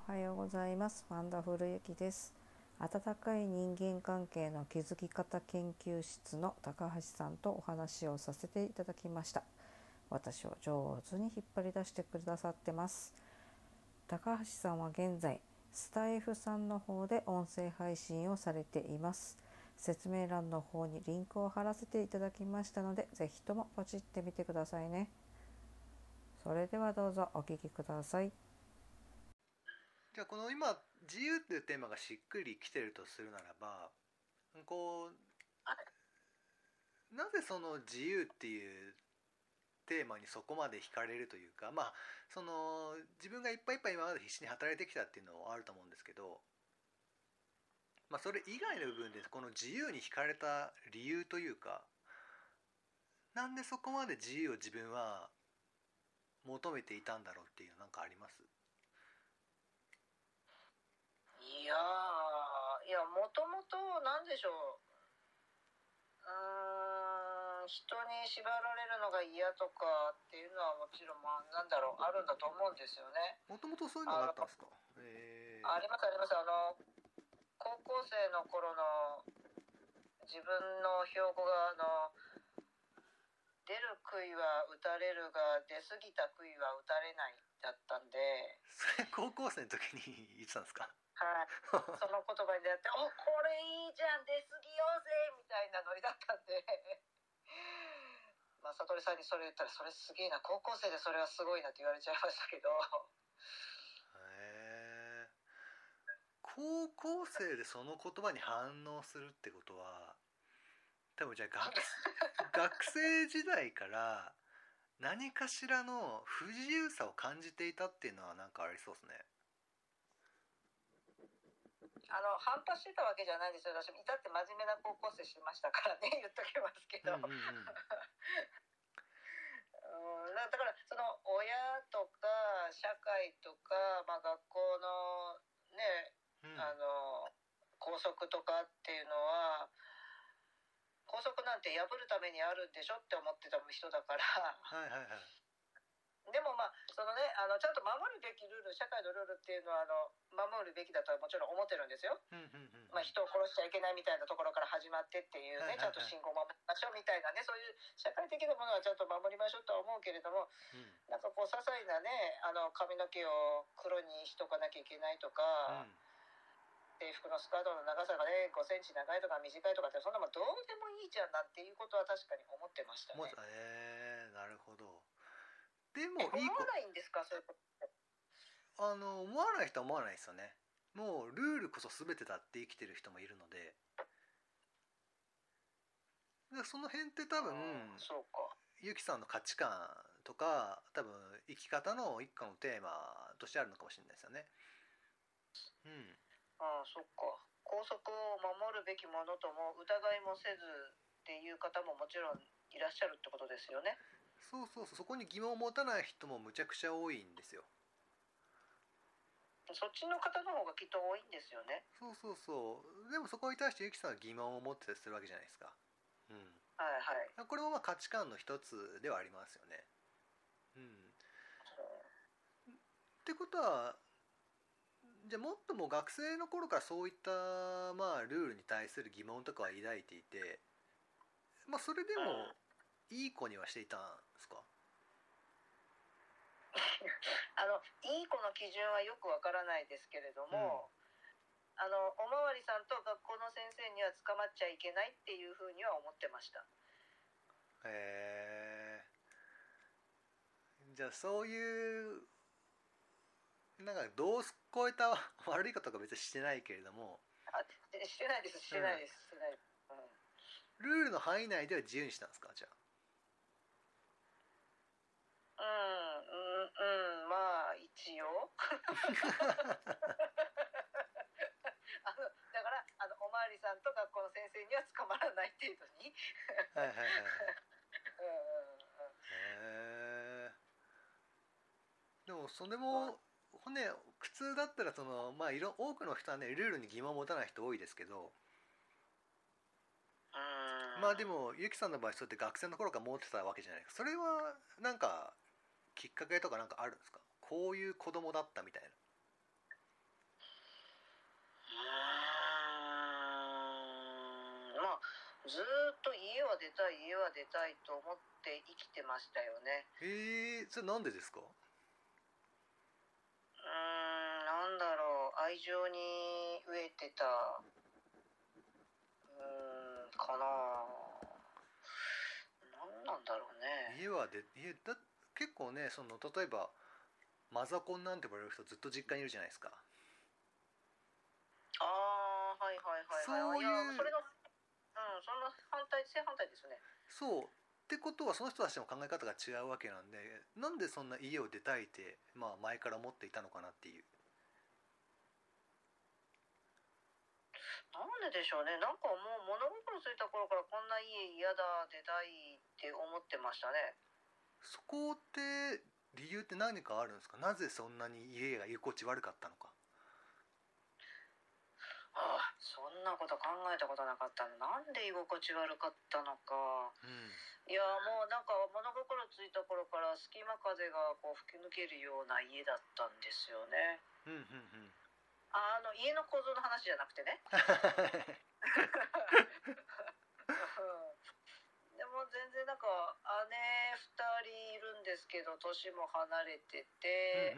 はようございます。ワンダフルゆきです。温かい人間関係の築き方研究室の高橋さんとお話をさせていただきました。私を上手に引っ張り出してくださってます。高橋さんは現在スタイフさんの方で音声配信をされています。説明欄の方にリンクを貼らせていただきましたので、ぜひともポチってみてくださいね。それではどうぞお聞きください。 じゃあこの今自由っていうテーマがしっくりきてるとするならば、こうなぜその自由っていうテーマにそこまで惹かれるというか、その自分がいっぱいいっぱい今まで必死に働いてきたっていうのはあると思うんですけど、それ以外の部分でこの自由に惹かれた理由というか、なんでそこまで自由を自分は求めていたんだろうっていうのなんかあります？ いやもともとなんでしょう、人に縛られるのが嫌とかっていうのはもちろんあるんだと思うんですよね。 もともとそういうのがあったんですか？ ありますあります。高校生の頃の自分の標語が出る杭は打たれるが出過ぎた杭は打たれないだったんで。 それ高校生の時に言ってたんですか？ はい、その言葉に出会って「おこれいいじゃん出過ぎようぜ」みたいなノリだったんで悟さんにそれ言ったら「それすげえな、高校生でそれはすごいな」って言われちゃいましたけど。 へえ。高校生でその言葉に反応するってことは、多分じゃあ学生時代から何かしらの不自由さを感じていたっていうのはなんかありそうですね。 反発してたわけじゃないんですよ。私至って真面目な高校生してましたからね、言っときますけど、だからその親とか社会とか、学校のね、校則とかっていうのは、校則なんて破るためにあるんでしょって思ってた人だからでもそのね、ちゃんと守るべきルール、社会のルールっていうのは守るべきだとはもちろん思ってるんですよ。人を殺しちゃいけないみたいなところから始まってっていうね、ちゃんと信号を守りましょうみたいなね、そういう社会的なものはちゃんと守りましょうとは思うけれども、なんかこう些細なね、髪の毛を黒にしとかなきゃいけないとか、制服のスカートの長さがね5センチ長いとか短いとかって、そんなもんどうでもいいじゃんなんていうことは確かに思ってましたね。 なるほど。でも思わないんですか、そういうこと？ 思わない人は思わないですよね。もうルールこそ全てだって生きてる人もいるので、その辺って多分そうか、 ゆきさんの価値観とか多分生き方の一個のテーマとしてあるのかもしれないですよね。 そっか。校則を守るべきものとも疑いもせずっていう方ももちろんいらっしゃるってことですよね。 そう、そこに疑問を持たない人もむちゃくちゃ多いんですよ。 そっちの方の方がきっと多いんですよね。 そう。でもそこに対してゆきさんは疑問を持ってたりするわけじゃないですか。これも価値観の一つではありますよね。ってことは、じゃあもっとも学生の頃からそういったルールに対する疑問とかは抱いていて、それでもいい子にはしていたんですか？ いい子の基準はよくわからないですけれども、おまわりさんと学校の先生には捕まっちゃいけないっていうふうには思ってました。 じゃあそういうなんか度を超えた悪いことが別にしてないけれども、 してないです、 ルールの範囲内では自由にしたんですか？じゃあ一応だからおまわりさんと学校の先生には捕まらない程度にでもそれもね、普通だったらその多くの人はねルールに疑問を持たない人多いですけど、でもゆきさんの場合そうやって学生の頃から持ってたわけじゃないですか。それはなんかきっかけとかなんかあるんですか？こういう子供だったみたいな。 ずーっと家は出たいと思って生きてましたよね。 それなんでですか？ なんだろう、愛情に飢えてたかな。なんだろうね。 結構ね、その例えばマザコンなんて呼ばれる人ずっと実家にいるじゃないですか。 はいはいはいはい。 そういう、 いやそれがそんな正反対ですね。 そうってことはその人たちの考え方が違うわけなんで、なんでそんな家を出たいって、前から思っていたのかなっていう。 なんででしょうね。なんかもう物心ついた頃からこんな家嫌だ出たいって思ってましたね。 そこって理由って何かあるんですか？なぜそんなに家が居心地悪かったのか。 そんなこと考えたことなかったの。なんで居心地悪かったのか。いやもうなんか物心ついた頃から隙間風がこう吹き抜けるような家だったんですよね。家の構造の話じゃなくてね。でも全然なんか姉2人いるんですけど年も離れてて、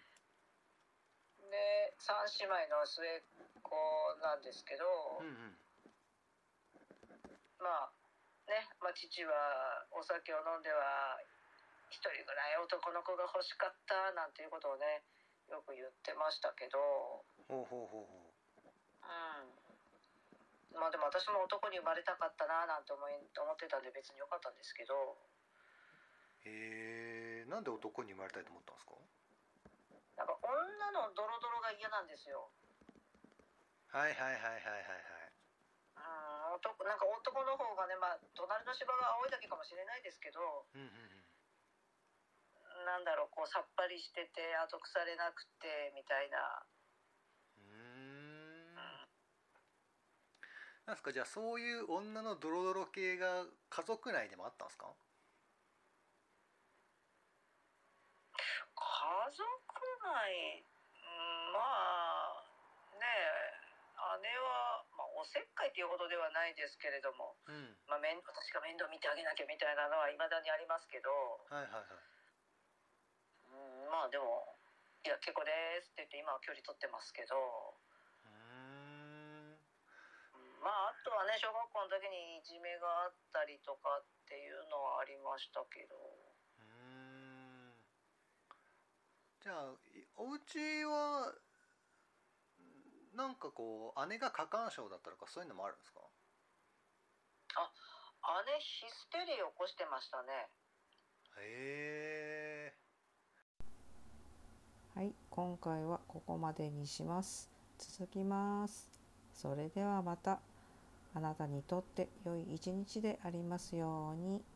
で3姉妹の末っ子なんですけど、父はお酒を飲んでは一人ぐらい男の子が欲しかったなんていうことをねよく言ってましたけど、でも私も男に生まれたかったななんて思ってたんで別に良かったんですけど。 なんで男に生まれたいと思ったんですか？ なんか女のドロドロが嫌なんですよ。なんか男の方がね、隣の芝が青いだけかもしれないですけど、なんだろう、こうさっぱりしてて後腐れなくてみたいな。 なんですか、じゃあそういう女のドロドロ系が家族内でもあったんですか？ 家族内、姉は、おせっかいっていうほどではないですけれども、私が面倒見てあげなきゃみたいなのはいまだにありますけど、でもいや結構ですって言って今は距離取ってますけど、あとはね小学校の時にいじめがあったりとかっていうのはありましたけど。 じゃあお家はなんかこう姉が過干渉だったとかそういうのもあるんですか？ 姉ヒステリー起こしてましたね。 はい、今回はここまでにします。続きます。それではまた。あなたにとって良い一日でありますように。